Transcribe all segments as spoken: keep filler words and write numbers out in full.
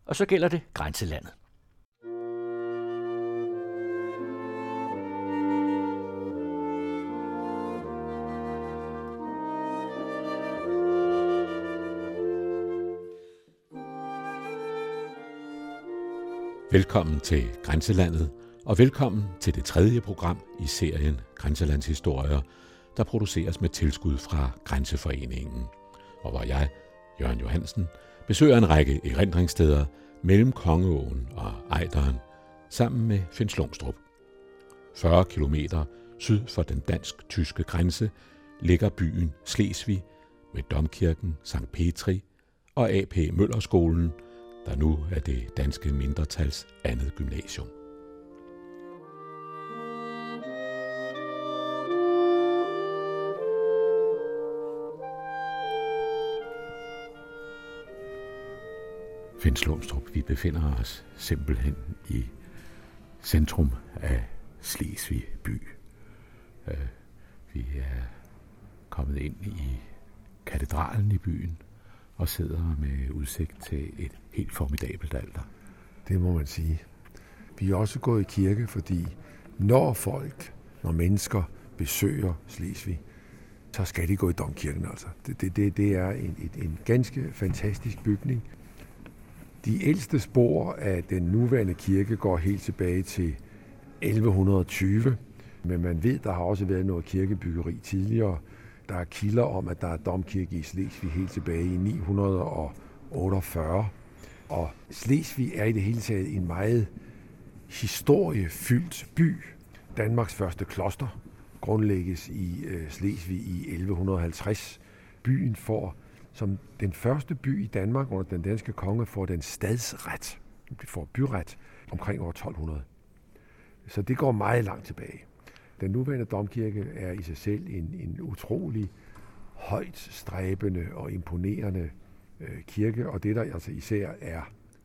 og så gælder det grænselandet. Velkommen til Grænselandet, og velkommen til det tredje program i serien Grænselandshistorier, der produceres med tilskud fra Grænseforeningen, og hvor jeg, Jørgen Johansen, besøger en række erindringssteder mellem Kongeåen og Ejderen, sammen med Finn Slumstrup. fyrre kilometer syd for den dansk-tyske grænse ligger byen Slesvig med domkirken Sankt Petri og A P Møllerskolen, der nu er det danske mindretals andet gymnasium. Finn Slumstrup, vi befinder os simpelthen i centrum af Slesvig by. Vi er kommet ind i katedralen i byen og sidder med udsigt til et helt formidabelt alter. Det må man sige. Vi er også gået i kirke, fordi når folk, når mennesker besøger Slesvig, så skal de gå i domkirken altså. Det, det, det, det er en, en, en ganske fantastisk bygning. De ældste spor af den nuværende kirke går helt tilbage til elleve tyve, men man ved, der har også været noget kirkebyggeri tidligere. Der er kilder om, at der er domkirke i Slesvig helt tilbage i ni hundrede otteogfyrre. Og Slesvig er i det hele taget en meget historiefyldt by. Danmarks første kloster grundlægges i Slesvig i elleve halvtreds. Byen får som den første by i Danmark under den danske konge får den stadsret. Den får byret omkring år tolv hundrede. Så det går meget langt tilbage. Den nuværende domkirke er i sig selv en, en utrolig højt stræbende og imponerende øh, kirke, og det der altså især er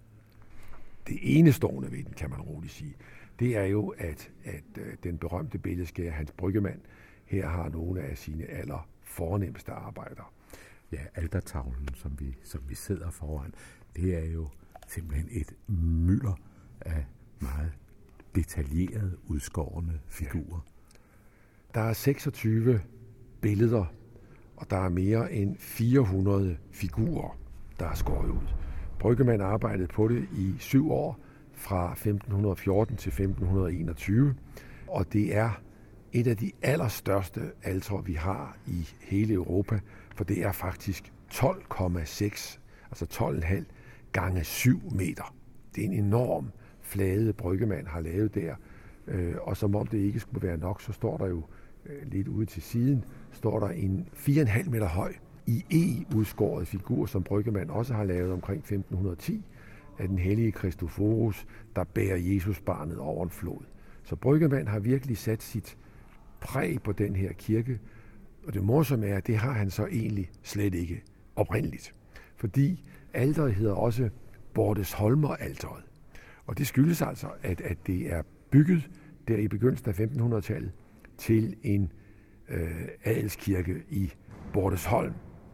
det enestående ved den, kan man roligt sige, det er jo, at, at øh, den berømte billedskærer Hans Bryggemann her har nogle af sine aller fornemste arbejder. Ja, altertavlen, som vi, som vi sidder foran, det er jo simpelthen et mylder af meget detaljerede, udskårne figurer. Ja. Der er seksogtyve billeder, og der er mere end fire hundrede figurer, der er skåret ud. Bryggemann arbejdede på det i syv år, fra femten fjorten til femten enogtyve, og det er et af de allerstørste altre, vi har i hele Europa, for det er faktisk tolv komma seks, altså tolv komma fem gange syv meter. Det er en enorm flade, Bryggemann har lavet der, og som om det ikke skulle være nok, så står der jo lidt ude til siden, står der en fire komma fem meter høj i e-udskåret figur, som Bryggemann også har lavet omkring femten ti, af den hellige Christoforus, der bærer Jesusbarnet over en flod. Så Bryggemann har virkelig sat sit præg på den her kirke, og det morsomme er, at det har han så egentlig slet ikke oprindeligt. Fordi alteret hedder også Bordesholmer-alteret. Og det skyldes altså, at, at det er bygget der i begyndelsen af femtenhundredetallet til en øh, adelskirke i Bordesholm.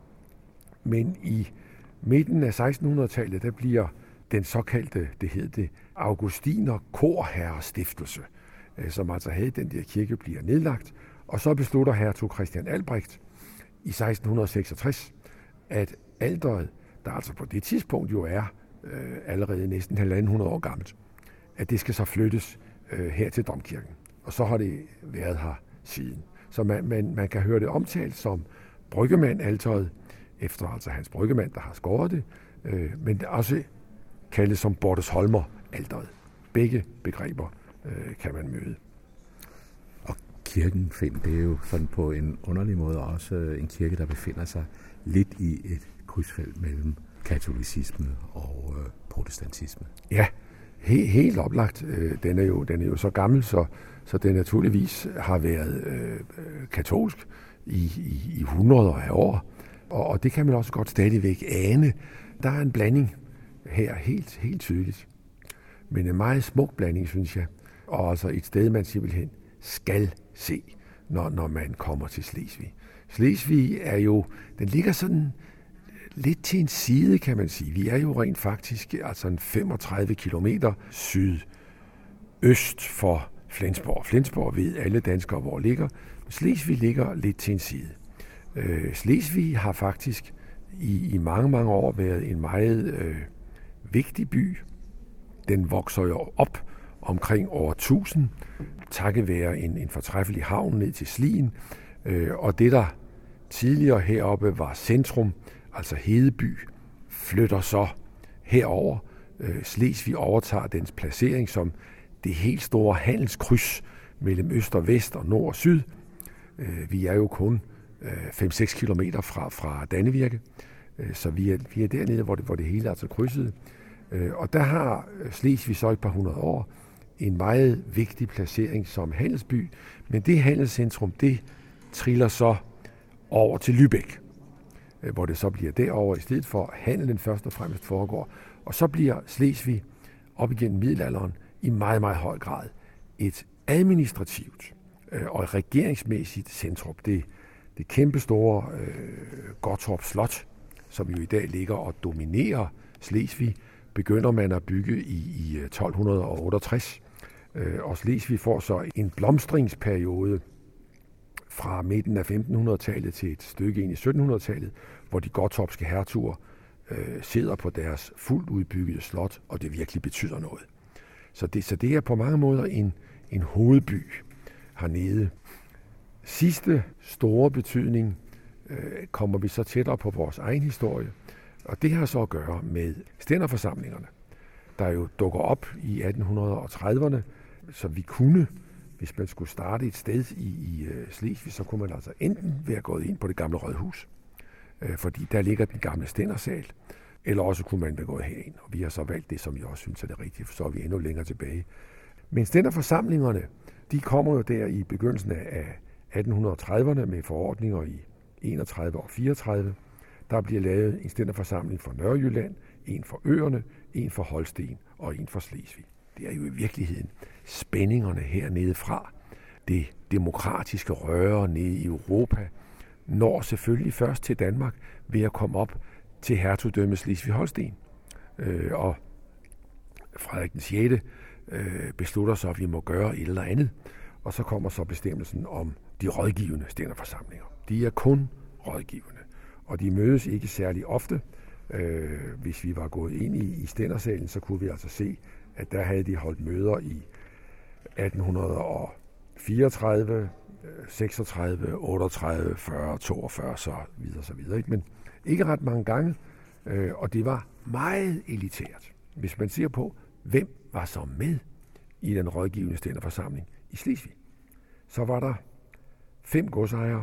Men i midten af sekstenhundredetallet, der bliver den såkaldte, det hed det, Augustiner Korherrestiftelse, øh, som altså havde den der kirke, bliver nedlagt. Og så beslutter hertug Christian Albrecht i seksten seksogtres, at alteret, der altså på det tidspunkt jo er øh, allerede næsten halvanden hundrede år gammelt, at det skal så flyttes øh, her til domkirken. Og så har det været her siden. Så man, man, man kan høre det omtalt som Bryggemann-alteret, efter altså Hans Bryggemann, der har skåret det, øh, men det også kaldes som Bordesholmer-alteret. Begge begreber øh, kan man møde. Og kirken, Finn, det er jo sådan på en underlig måde også en kirke, der befinder sig lidt i et krydsfelt mellem katolicisme og øh, protestantisme. Ja, he, helt oplagt. Den er jo, den er jo så gammel, så, så den naturligvis har været øh, katolsk i, i, i hundreder af år. Og, og det kan man også godt stadigvæk ane. Der er en blanding her, helt, helt tydeligt. Men en meget smuk blanding, synes jeg. Og altså et sted, man simpelthen skal se, når, når man kommer til Slesvig. Slesvig er jo, den ligger sådan lidt til en side, kan man sige. Vi er jo rent faktisk altså en femogtredive kilometer sydøst for Flensborg. Flensborg ved alle danskere, hvor ligger. Slesvig ligger lidt til en side. Øh, Slesvig har faktisk i, i mange, mange år været en meget øh, vigtig by. Den vokser jo op omkring år tusind, takket være en, en fortræffelig havn ned til Slien. Øh, og det, der tidligere heroppe var centrum, altså Hedeby, flytter så herover. Øh, Slesvig overtager dens placering som det helt store handelskryds mellem øst og vest og nord og syd. Øh, vi er jo kun øh, fem til seks kilometer fra, fra Dannevirke, øh, så vi er, vi er dernede, hvor det, hvor det hele er altså krydset. Øh, og der har Slesvig så et par hundrede år en meget vigtig placering som handelsby, men det handelscentrum, det triller så over til Lübeck, hvor det så bliver derover i stedet for handelen først og fremmest foregår. Og så bliver Slesvig op igennem middelalderen i meget, meget høj grad et administrativt og regeringsmæssigt centrum. Det, det kæmpe store øh, Gottorp Slot, som jo i dag ligger og dominerer Slesvig, begynder man at bygge i, i tolv otteogtres. Øh, og Slesvig får så en blomstringsperiode fra midten af femtenhundredetallet til et stykke ind i syttenhundredetallet, hvor de gottorpske hertuger øh, sidder på deres fuldt udbyggede slot, og det virkelig betyder noget. Så det, så det er på mange måder en, en hovedby hernede. Sidste store betydning øh, kommer vi så tættere på vores egen historie, og det har så at gøre med stænderforsamlingerne, der jo dukker op i atten trediverne, så vi kunne, hvis man skulle starte et sted i, i uh, Slesvig, så kunne man altså enten være gået ind på det gamle rådhus, øh, fordi der ligger den gamle stændersal, eller også kunne man være gået herind, og vi har så valgt det, som jeg også synes er det rigtige, for så er vi endnu længere tilbage. Men stænderforsamlingerne, de kommer jo der i begyndelsen af atten trediverne med forordninger i enogtredive og fireogtredive. Der bliver lavet en stænderforsamling for Nørrejylland, en for øerne, en for Holsten og en for Slesvig. Det er jo i virkeligheden spændingerne hernede fra. Det demokratiske røre nede i Europa når selvfølgelig først til Danmark ved at komme op til hertugdømmet Slesvig-Holsten. Øh, og Frederik den sjette øh, beslutter så, at vi må gøre et eller andet. Og så kommer så bestemmelsen om de rådgivende stænderforsamlinger. De er kun rådgivende, og de mødes ikke særlig ofte. Øh, hvis vi var gået ind i, i stændersalen, så kunne vi altså se, at der havde de holdt møder i atten fireogtredive, seksogtredive, otteogtredive, fyrre, toogfyrre, så videre, så videre. Men ikke ret mange gange, øh, og det var meget elitært. Hvis man ser på, hvem var så med i den rådgivende stænderforsamling i Slesvig, så var der fem godsejere,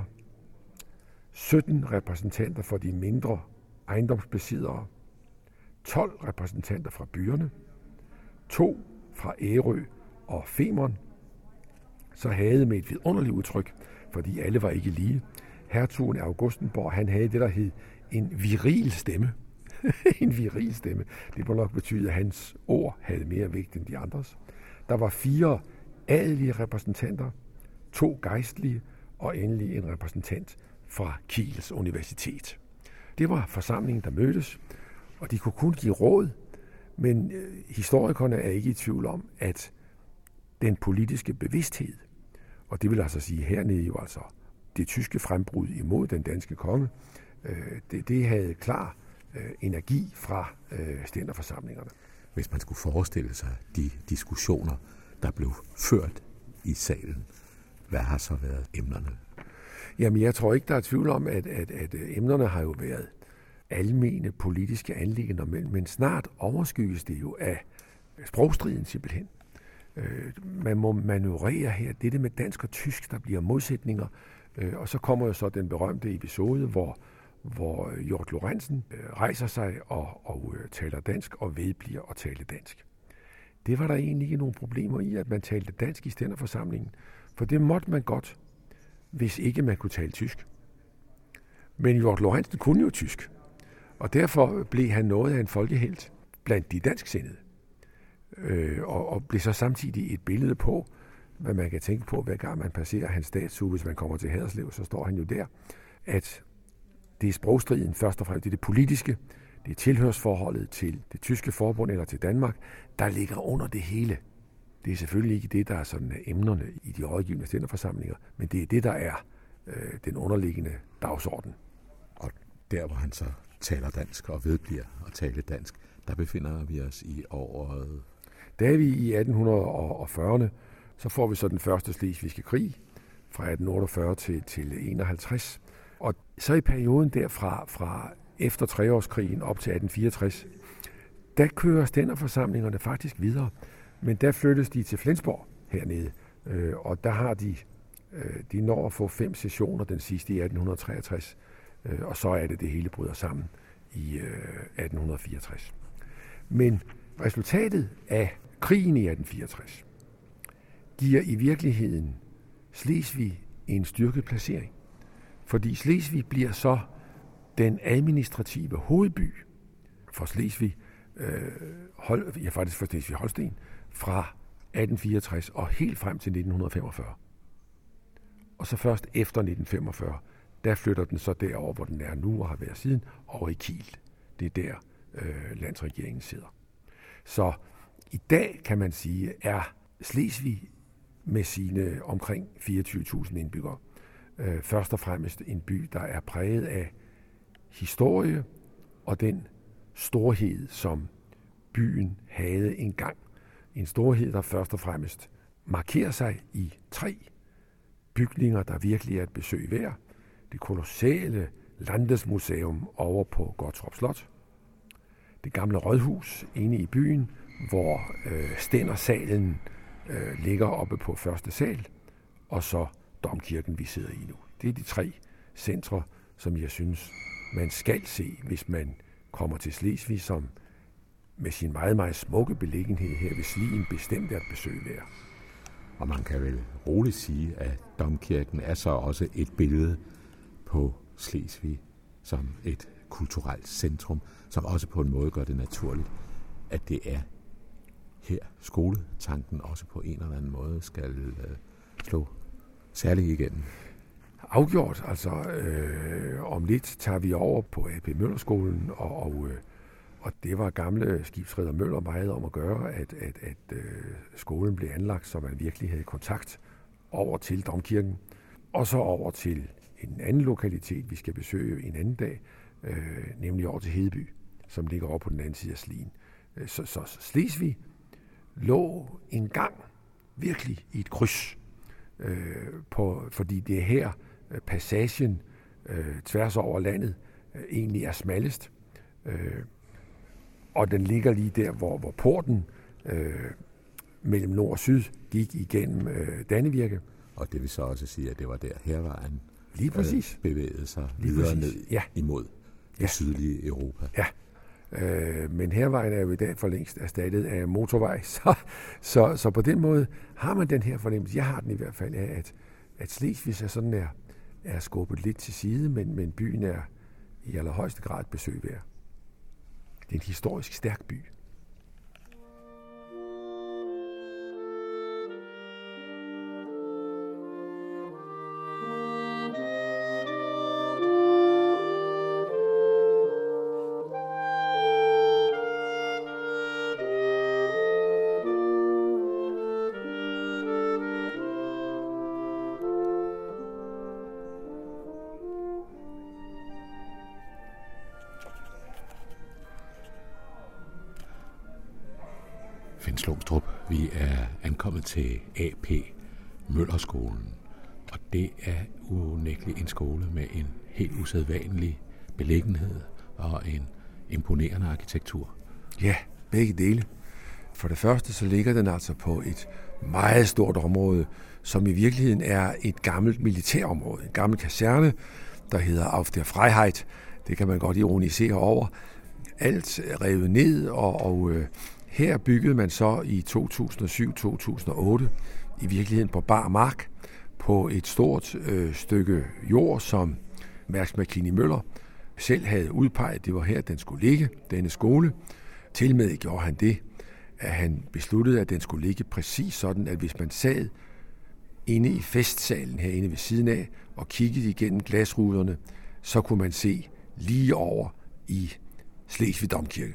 sytten repræsentanter for de mindre ejendomsbesiddere, tolv repræsentanter fra byerne, to fra Ærø og Femern, så havde med et vidunderligt udtryk, fordi alle var ikke lige. Hertugen af Augustenborg, han havde det, der hed en viril stemme. en viril stemme. Det må nok betyde, at hans ord havde mere vægt end de andres. Der var fire adelige repræsentanter, to gejstlige og endelig en repræsentant fra Kiels Universitet. Det var forsamlingen, der mødtes, og de kunne kun give råd, men historikerne er ikke i tvivl om, at den politiske bevidsthed, og det vil altså sige hernede jo altså det tyske frembrud imod den danske konge, det, det havde klar energi fra stænderforsamlingerne. Hvis man skulle forestille sig de diskussioner, der blev ført i salen, hvad har så været emnerne? Jamen, jeg tror ikke, der er tvivl om, at, at, at emnerne har jo været almene politiske anliggender, men, men snart overskygges det jo af sprogstriden simpelthen. Øh, man må manøvrere her, det det med dansk og tysk, der bliver modsætninger, øh, og så kommer jo så den berømte episode, hvor, hvor Hjort Lorentzen øh, rejser sig og, og øh, taler dansk og vedbliver at tale dansk. Det var der egentlig ikke nogen problemer i, at man talte dansk i stænderforsamlingen, for det måtte man godt, hvis ikke man kunne tale tysk. Men Hjort Lorentzen kunne jo tysk, og derfor blev han noget af en folkehelt blandt de dansksindede. Øh, og, og blev så samtidig et billede på, hvad man kan tænke på, hver gang man passerer hans statue, hvis man kommer til Haderslev, så står han jo der, at Det er sprogstriden først og fremmest, det er det politiske, det er tilhørsforholdet til det tyske forbund eller til Danmark, der ligger under det hele. Det er selvfølgelig ikke det, der er sådan emnerne i de rådgivende stænderforsamlinger, men det er det, der er øh, den underliggende dagsorden. Og der, hvor han så taler dansk og vedbliver at tale dansk, der befinder vi os i året. Da er vi i atten fyrrerne, så får vi så den første slesvigske krig fra atten otteogfyrre til, til enoghalvtreds. Og så i perioden derfra, fra efter treårskrigen op til atten fireogtres, der kører stænderforsamlingerne faktisk videre. Men der flyttes de til Flensborg hernede, og der har de, de når at få fem sessioner, den sidste i atten treogtres, og så er det, det hele bryder sammen i atten fireogtres. Men resultatet af krigen i atten fireogtres giver i virkeligheden Slesvig en styrket placering, fordi Slesvig bliver så den administrative hovedby for Slesvig, øh, hold, ja faktisk for Slesvig-Holsten, fra atten fireogtres og helt frem til nitten femogfyrre. Og så først efter nitten femogfyrre, der flytter den så derover, hvor den er nu og har været siden, over i Kiel. Det er der, øh, landsregeringen sidder. Så i dag, kan man sige, er Slesvig med sine omkring fireogtyve tusind indbyggere øh, først og fremmest en by, der er præget af historie og den storhed, som byen havde engang. En storhed, der først og fremmest markerer sig i tre bygninger, der virkelig er et besøg værd. Det kolossale Landesmuseum over på Gottorp Slot. Det gamle rådhus inde i byen, hvor øh, stændersalen øh, ligger oppe på første sal, og så domkirken, vi sidder i nu. Det er de tre centre, som jeg synes, man skal se, hvis man kommer til Slesvig, som med sin meget, meget smukke beliggenhed her ved Slien bestemt er et besøg værd. Og man kan vel roligt sige, at domkirken er så også et billede på Slesvig som et kulturelt centrum, som også på en måde gør det naturligt, at det er her skoletanken også på en eller anden måde skal øh, slå særligt igennem. Afgjort, altså øh, om lidt tager vi over på A P Møllerskolen, og, og, øh, og det var gamle skibsreder Møller meget om at gøre, at, at, at øh, skolen blev anlagt, så man virkelig havde kontakt over til domkirken, og så over til en anden lokalitet, vi skal besøge en anden dag, øh, nemlig over til Hedeby, som ligger over på den anden side af Slien. Så, så Slesvig lå engang virkelig i et kryds, øh, på, fordi det er her øh, passagen øh, tværs over landet øh, egentlig er smallest, øh, og den ligger lige der, hvor, hvor porten øh, mellem nord og syd gik igennem øh, Dannevirke. Og det vil så også sige, at det var der hervejen lige præcis. Øh, bevægede sig lige videre præcis. ned ja. imod det ja. sydlige Europa. Ja. Øh, men hervejen er jo i dag for længst erstattet af motorvej, så, så, så på den måde har man den her fornemmelse, jeg har den i hvert fald af, at, at Slesvig er sådan er, er skubbet lidt til side, men, men byen er i allerhøjeste grad et besøg værd. Det er en historisk stærk by. Finn Slumstrup, vi er ankommet til A P Møllerskolen, og det er unægteligt en skole med en helt usædvanlig beliggenhed og en imponerende arkitektur. Ja, begge dele. For det første så ligger den altså på et meget stort område, som i virkeligheden er et gammelt militærområde. En gammel kaserne, der hedder Auf der Freiheit. Det kan man godt ironisere over. Alt revet ned, og, og øh, her byggede man så i to tusind og syv til to tusind og otte i virkeligheden på bar mark på et stort øh, stykke jord, som Mærsk McKinney Møller selv havde udpeget. Det var her, den skulle ligge, denne skole. Tilmed gjorde han det, at han besluttede, at den skulle ligge præcis sådan, at hvis man sad inde i festsalen herinde ved siden af og kiggede igennem glasruderne, så kunne man se lige over i Slesvig Domkirke.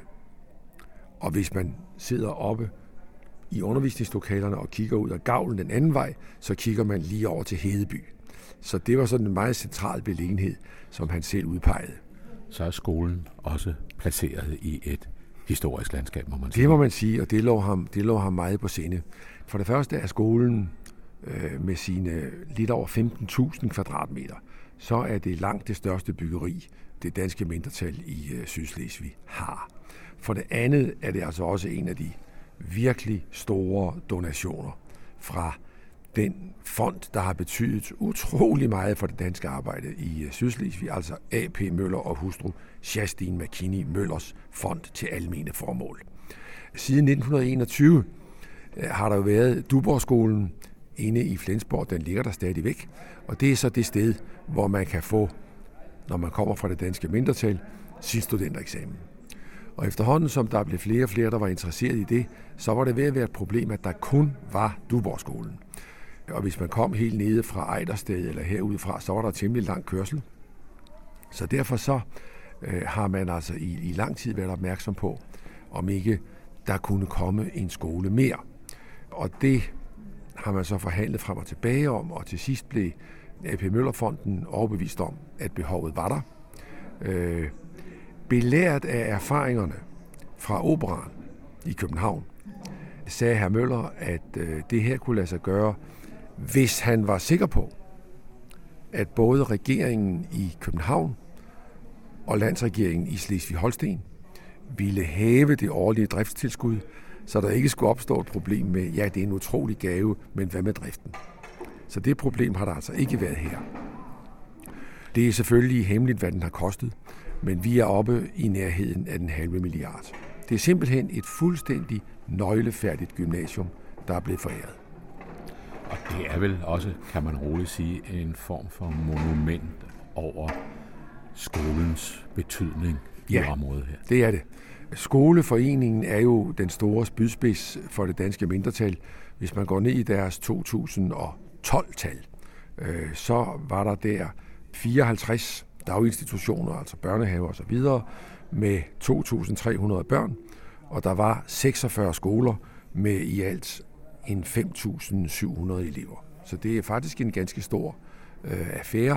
Og hvis man sidder oppe i undervisningslokalerne og kigger ud af gavlen den anden vej, så kigger man lige over til Hedeby. Så det var sådan en meget central beliggenhed, som han selv udpegede. Så er skolen også placeret i et historisk landskab, må man sige. Det må man sige, og det lå ham, det lå ham meget på sinde. For det første er skolen øh, med sine lidt over femten tusind kvadratmeter, så er det langt det største byggeri, det danske mindretal i øh, Sydslesvig har. For det andet er det altså også en af de virkelig store donationer fra den fond, der har betydet utrolig meget for det danske arbejde i Sydslesvig, altså A P Møller og hustru Sjastin McKinney Møllers fond til almene formål. Siden nitten enogtyve har der jo været Duborgskolen inde i Flensborg, den ligger der stadigvæk, og det er så det sted, hvor man kan få, når man kommer fra det danske mindretal, sin studentereksamen. Og efterhånden, som der blev flere og flere, der var interesseret i det, så var det ved at være et problem, at der kun var Duborgskolen. Og hvis man kom helt nede fra Ejdersted eller herudefra, så var der temmelig lang kørsel. Så derfor så øh, har man altså i, i lang tid været opmærksom på, om ikke der kunne komme en skole mere. Og det har man så forhandlet frem og tilbage om, og til sidst blev A P Møller-fonden overbevist om, at behovet var der. Øh, belært af erfaringerne fra Operaen i København, sagde hr. Møller, at øh, det her kunne lade sig gøre, hvis han var sikker på, at både regeringen i København og landsregeringen i Slesvig-Holsten ville hæve det årlige driftstilskud, så der ikke skulle opstå et problem med, ja, det er en utrolig gave, men hvad med driften? Så det problem har der altså ikke været her. Det er selvfølgelig hemmeligt, hvad den har kostet, men vi er oppe i nærheden af den halve milliard. Det er simpelthen et fuldstændig nøglefærdigt gymnasium, der er blevet foræret. Og det er vel også, kan man roligt sige, en form for monument over skolens betydning i ja, området her. Det er det. Skoleforeningen er jo den store spydspids for det danske mindretal. Hvis man går ned i deres to tusind og tolv-tal, øh, så var der der fireoghalvtreds daginstitutioner, altså børnehaver og så videre, med to tusind tre hundrede børn, og der var seksogfyrre skoler med i alt en fem tusind syv hundrede elever. Så det er faktisk en ganske stor øh, affære.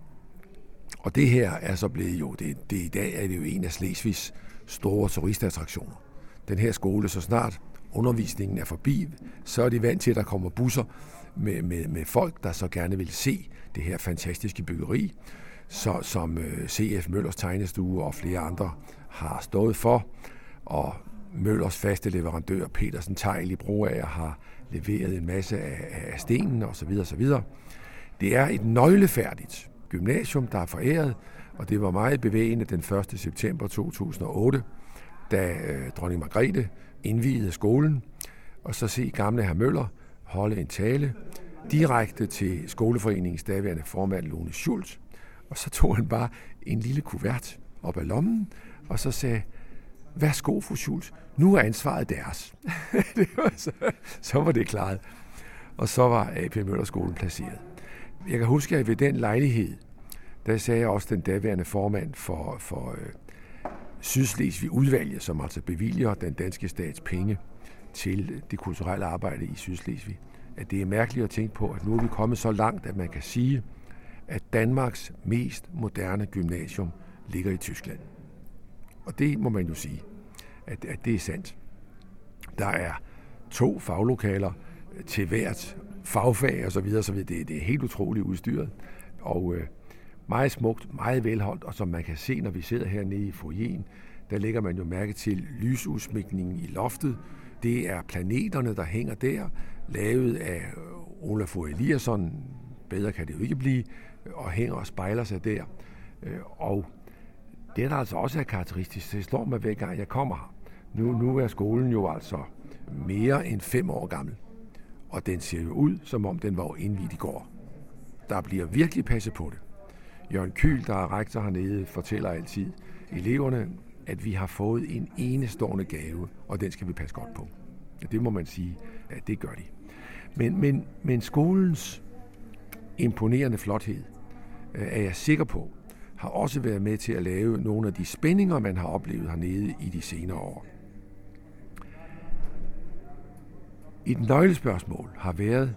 Og det her er så blevet jo, det, det i dag er det jo en af Slesvigs store turistattraktioner. Den her skole, så snart undervisningen er forbi, så er de vant til, at der kommer busser med, med, med folk, der så gerne vil se det her fantastiske byggeri, så, som øh, C F Møllers Tegnestue og flere andre har stået for, og Møllers faste leverandør, Petersen Tegl i Broager, har leveret en masse af, af stenen osv. osv. Det er et nøglefærdigt gymnasium, der er foræret, og det var meget bevægende den første september to tusind og otte, da øh, dronning Margrethe indviede skolen, og så se gamle hr. Møller holde en tale direkte til skoleforeningens daværende formand Lone Schultz, og så tog han bare en lille kuvert op af lommen, og så sagde, værsgo, fru Schultz, nu er ansvaret deres. det var så, så var det klaret. Og så var A P Møller-skolen placeret. Jeg kan huske, at ved den lejlighed, der sagde jeg også den daværende formand for, for øh, Sydslesvig udvalget, som altså bevilger den danske stats penge til det kulturelle arbejde i Sydslesvig, at det er mærkeligt at tænke på, at nu er vi kommet så langt, at man kan sige, at Danmarks mest moderne gymnasium ligger i Tyskland. Og det må man jo sige, at, at det er sandt. Der er to faglokaler til hvert fagfag og så videre, så videre. Det, det er helt utroligt udstyret. Og øh, meget smukt, meget velholdt, og som man kan se, når vi sidder hernede i foyeren, der lægger man jo mærke til lysudsmykningen i loftet. Det er planeterne, der hænger der, lavet af Olafur Eliasson, bedre kan det jo ikke blive, og hænger og spejler sig der. Og det, der altså også er karakteristisk, det slår mig hver gang jeg kommer her. Nu, nu er skolen jo altså mere end fem år gammel, og den ser jo ud, som om den var indviet i går. Der bliver virkelig passet på det. Jørgen Kyhl, der er rektor hernede, fortæller altid eleverne, at vi har fået en enestående gave, og den skal vi passe godt på. Det må man sige, at det gør de. Men, men, men skolens imponerende flothed, er jeg sikker på, har også været med til at lave nogle af de spændinger, man har oplevet hernede i de senere år. Et nøglespørgsmål har været,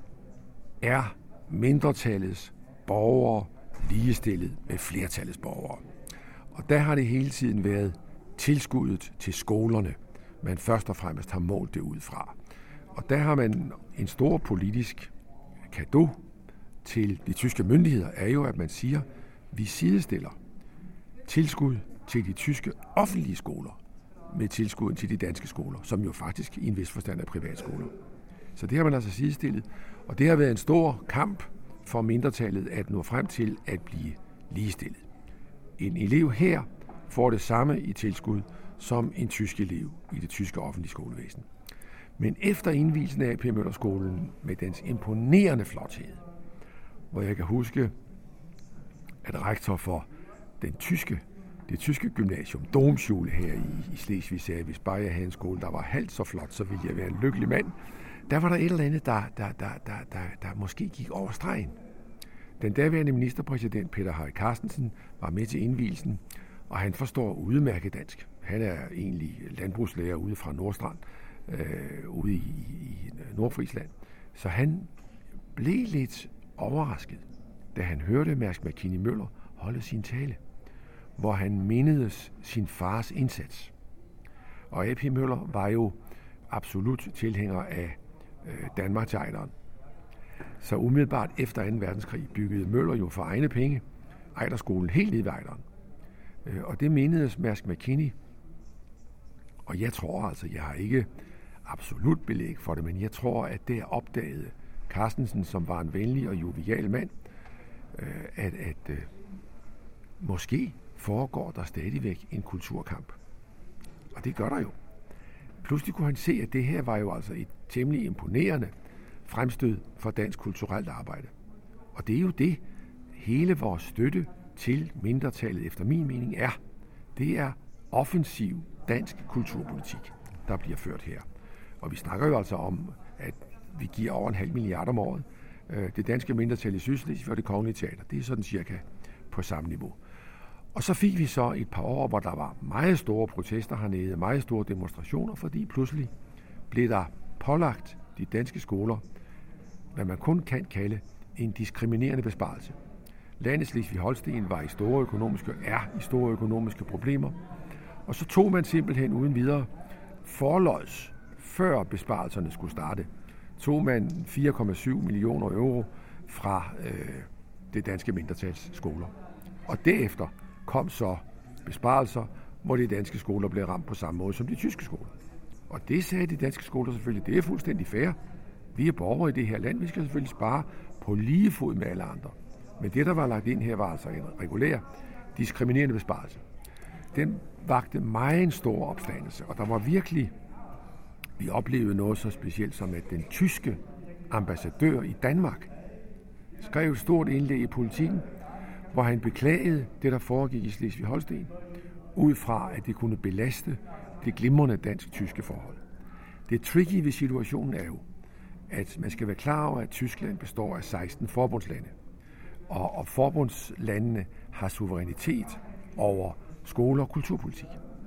er mindretallets borgere ligestillet med flertallets borgere? Og der har det hele tiden været tilskuddet til skolerne, man først og fremmest har målt det ud fra. Og der har man en stor politisk cadeau til de tyske myndigheder, er jo, at man siger, vi sidestiller tilskud til de tyske offentlige skoler med tilskud til de danske skoler, som jo faktisk i en vis forstand er privatskoler. Så det har man altså sidestillet, og det har været en stor kamp for mindretallet at nå frem til at blive ligestillet. En elev her får det samme i tilskud som en tysk elev i det tyske offentlige skolevæsen. Men efter indvielsen af A P Møller-skolen med dens imponerende flothed, hvor jeg kan huske, at rektor for den tyske, det tyske gymnasium, Domschule her i, i Slesvig, sagde, hvis bare jeg havde en skole, der var halvt så flot, så ville jeg være en lykkelig mand. Der var der et eller andet, der, der, der, der, der, der måske gik over stregen. Den daværende ministerpræsident Peter Harry Carstensen var med til indvielsen, og han forstår udmærket dansk. Han er egentlig landbrugslærer ude fra Nordstrand, øh, ude i, i Nordfrisland. Så han blev lidt overrasket, da han hørte Mærsk Mc-Kinney Møller holde sin tale, hvor han mindedes sin fars indsats. Og A P Møller var jo absolut tilhænger af øh, Danmarksejderen. Så umiddelbart efter anden verdenskrig byggede Møller jo for egne penge Ejderskolen helt ned ved Ejderen. Øh, og det mindedes Mærsk Mc-Kinney. Og jeg tror altså, jeg har ikke absolut belæg for det, men jeg tror, at der opdagede Carstensen, som var en venlig og jovial mand, øh, at, at øh, måske foregår der stadigvæk en kulturkamp. Og det gør der jo. Pludselig kunne han se, at det her var jo altså et temmelig imponerende fremstød for dansk kulturelt arbejde. Og det er jo det, hele vores støtte til mindretallet efter min mening er. Det er offensiv dansk kulturpolitik, der bliver ført her. Og vi snakker jo altså om, at vi giver over en halv milliard om året. Det danske mindretal i Sydslesvig og det Kongelige Teater, det er sådan cirka på samme niveau. Og så fik vi så et par år, hvor der var meget store protester hernede, meget store demonstrationer, fordi pludselig blev der pålagt de danske skoler, hvad man kun kan kalde en diskriminerende besparelse. Landet Slesvig-Holsten var i store økonomiske, er i store økonomiske problemer, og så tog man simpelthen uden videre forlods, før besparelserne skulle starte, tog man fire komma syv millioner euro fra øh, det danske mindretals skoler. Og derefter kom så besparelser, hvor de danske skoler blev ramt på samme måde som de tyske skoler. Og det sagde de danske skoler selvfølgelig, det er fuldstændig fair. Vi er borgere i det her land, vi skal selvfølgelig spare på lige fod med alle andre. Men det, der var lagt ind her, var altså en regulær, diskriminerende besparelse. Den vagte meget en stor opstandelse, og der var virkelig, vi oplevede noget så specielt som, at den tyske ambassadør i Danmark skrev et stort indlæg i Politiken, hvor han beklagede det, der foregik i Slesvig-Holsten, ud fra, at det kunne belaste det glimrende dansk-tyske forhold. Det tricky ved situationen er jo, at man skal være klar over, at Tyskland består af seksten forbundslande, og, og forbundslandene har suverænitet over skole- og kulturpolitik.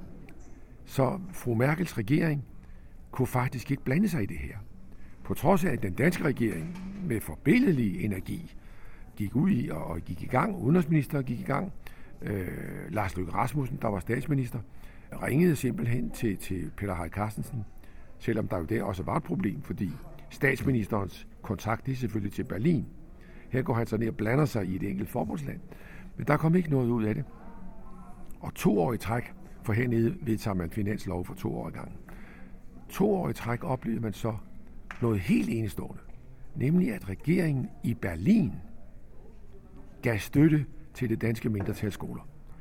Så fru Merkels regering kunne faktisk ikke blande sig i det her. På trods af, at den danske regering med forbilledlig energi gik ud i og, og gik i gang, udenrigsminister gik i gang, øh, Lars Løkke Rasmussen, der var statsminister, ringede simpelthen til, til Peter Harry Carstensen, selvom der jo der også var et problem, fordi statsministerens kontakt er selvfølgelig til Berlin. Her går han så ned og blander sig i et enkelt forbundsland. Men der kom ikke noget ud af det. Og to år i træk, for hernede vedtager man finanslov for to år i gangen. To år i træk oplevede man så noget helt enestående, nemlig at regeringen i Berlin gav støtte til det danske mindretalsskoler.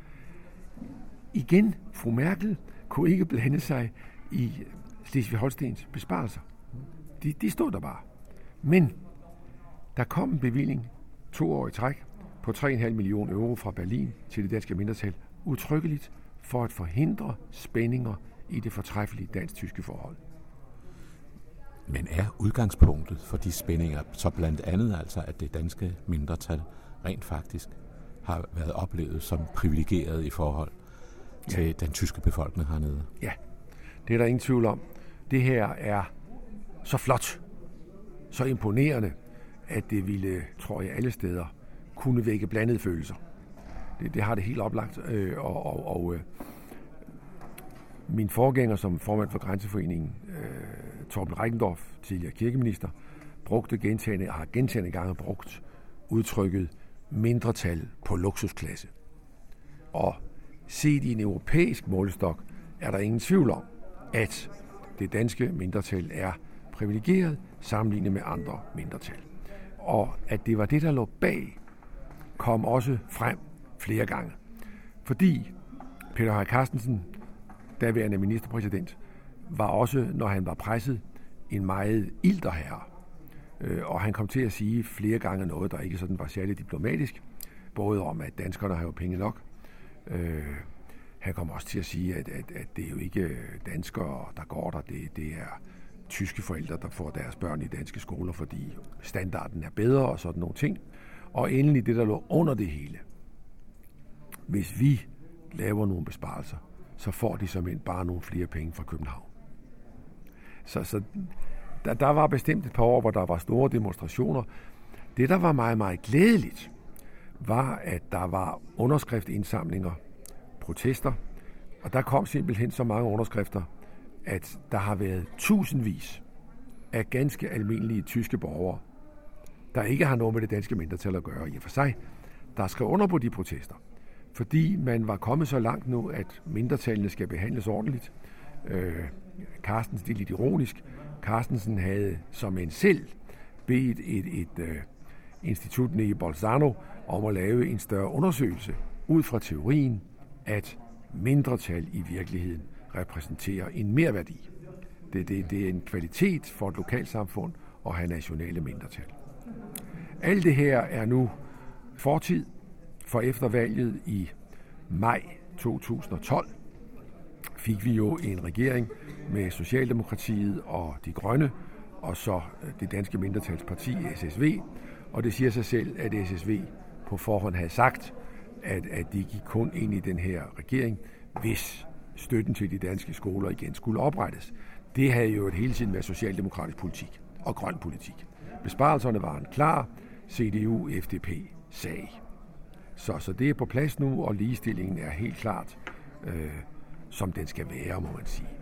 Igen, fru Merkel kunne ikke blande sig i Slesvig-Holstens besparelser. De, de stod der bare. Men der kom en bevilling to år i træk på tre komma fem millioner euro fra Berlin til det danske mindretal, udtrykkeligt for at forhindre spændinger i det fortræffelige dansk-tyske forhold. Men er udgangspunktet for de spændinger så blandt andet altså, at det danske mindretal rent faktisk har været oplevet som privilegeret i forhold til ja. den tyske befolkning hernede. Ja, det er der ingen tvivl om. Det her er så flot, så imponerende, at det ville, tror jeg, alle steder kunne vække blandede følelser. Det, det har det helt oplagt. Øh, og og, og øh, min forgænger som formand for Grænseforeningen, øh, Torben Reckendorff, tidligere kirkeminister, brugte gentagende, har gentagende gange brugt udtrykket mindretal på luksusklasse. Og set i en europæisk målestok er der ingen tvivl om, at det danske mindretal er privilegeret sammenlignet med andre mindretal. Og at det var det, der lå bag, kom også frem flere gange. Fordi Peter Høyer Carstensen, daværende ministerpræsident, var også, når han var presset, en meget ilter herre. Og han kom til at sige flere gange noget, der ikke sådan var særligt diplomatisk. Både om, at danskerne har jo penge nok. Han kom også til at sige, at, at, at det er jo ikke danskere, der går der. Det, det er tyske forældre, der får deres børn i danske skoler, fordi standarden er bedre og sådan nogle ting. Og endelig det, der lå under det hele. Hvis vi laver nogle besparelser, så får de som bare nogle flere penge fra København. Så, så der, der var bestemt et par år, hvor der var store demonstrationer. Det, der var meget, meget glædeligt, var, at der var underskriftindsamlinger, protester, og der kom simpelthen så mange underskrifter, at der har været tusindvis af ganske almindelige tyske borgere, der ikke har noget med det danske mindretal at gøre i og for sig, der skrev under på de protester. Fordi man var kommet så langt nu, at mindretallene skal behandles ordentligt. Øh, Carstensen, det er lidt ironisk, Carstensen havde som en selv bedt et, et, et uh, institut nede i Bolzano om at lave en større undersøgelse ud fra teorien, at mindretal i virkeligheden repræsenterer en merværdi. Det, det, det er en kvalitet for et lokalsamfund at have nationale mindretal. Alt det her er nu fortid, for efter valget i maj to tusind og tolv fik vi jo en regering med Socialdemokratiet og De Grønne, og så det danske mindretalsparti S S V, og det siger sig selv, at S S V på forhånd havde sagt, at, at de gik kun ind i den her regering, hvis støtten til de danske skoler igen skulle oprettes. Det havde jo et hele tiden været socialdemokratisk politik og grøn politik. Besparelserne var en klar C D U F D P-sag. Så, så det er på plads nu, og ligestillingen er helt klart, øh, som den skal være, må man sige.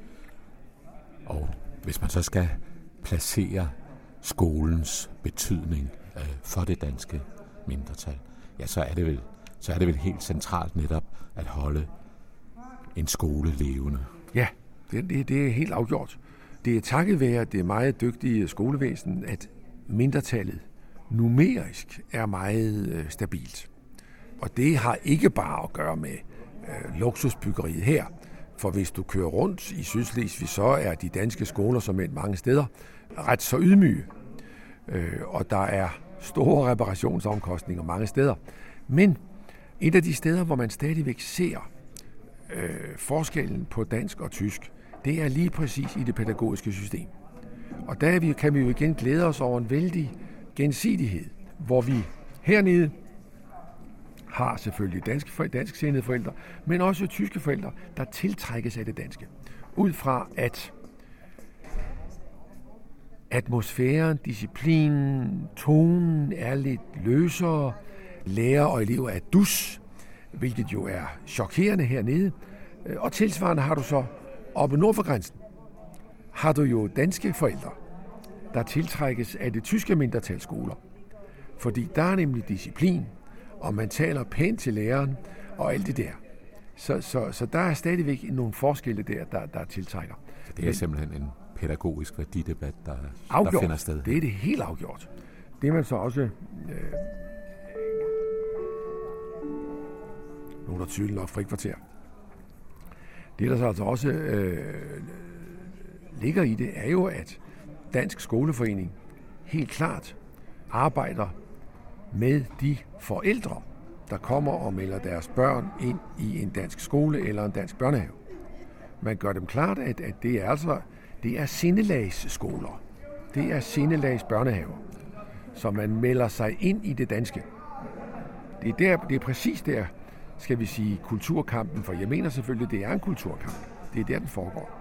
Og hvis man så skal placere skolens betydning øh, for det danske mindretal, ja, så er det vel, så er det vel helt centralt netop at holde en skole levende. Ja, det, det, det er helt afgjort. Det er takket være det meget dygtige skolevæsen, at mindretallet numerisk er meget øh, stabilt. Og det har ikke bare at gøre med øh, luksusbyggeriet her. For hvis du kører rundt i Sydslesvig, så er de danske skoler, som er mange steder, ret så ydmyge. Øh, og der er store reparationsomkostninger mange steder. Men et af de steder, hvor man stadigvæk ser øh, forskellen på dansk og tysk, det er lige præcis i det pædagogiske system. Og der kan vi jo igen glæde os over en vældig gensidighed, hvor vi hernede har selvfølgelig danske, dansksindede forældre, men også tyske forældre, der tiltrækkes af det danske. Ud fra, at atmosfæren, disciplinen, tonen er lidt løsere, lærer og elever er dus, hvilket jo er chokerende hernede. Og tilsvarende har du så oppe nord for grænsen, har du jo danske forældre, der tiltrækkes af det tyske mindretalsskoler. Fordi der er nemlig disciplin, og man taler pænt til læreren, og alt det der. Så, så, så der er stadigvæk nogle forskelle der, der, der tiltrækker. Det er Men, simpelthen en pædagogisk værdidebat, der, afgjort, der finder sted. Det er det helt afgjort. Det er man så også... Øh, nogle der tydeligt nok frikvarter. Det, der så altså også øh, ligger i det, er jo, at Dansk Skoleforening helt klart arbejder med de forældre, der kommer og melder deres børn ind i en dansk skole eller en dansk børnehave. Man gør dem klart, at, at det er altså det er sindelagsskoler. Det er sindelags børnehaver. Så man melder sig ind i det danske. det er, der, det er præcis der, skal vi sige, kulturkampen, for jeg mener selvfølgelig, det er en kulturkamp. Det er der, den foregår.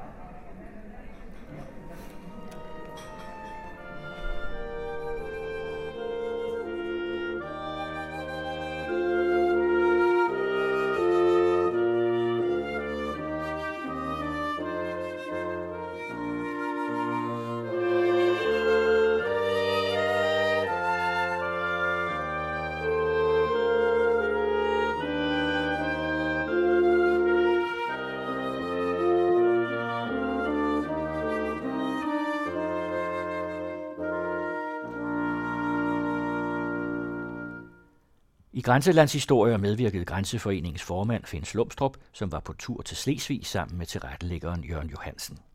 I Grænselandshistorier medvirkede Grænseforeningens formand Finn Slumstrup, som var på tur til Slesvig sammen med tilrettelæggeren Jørgen Johansen.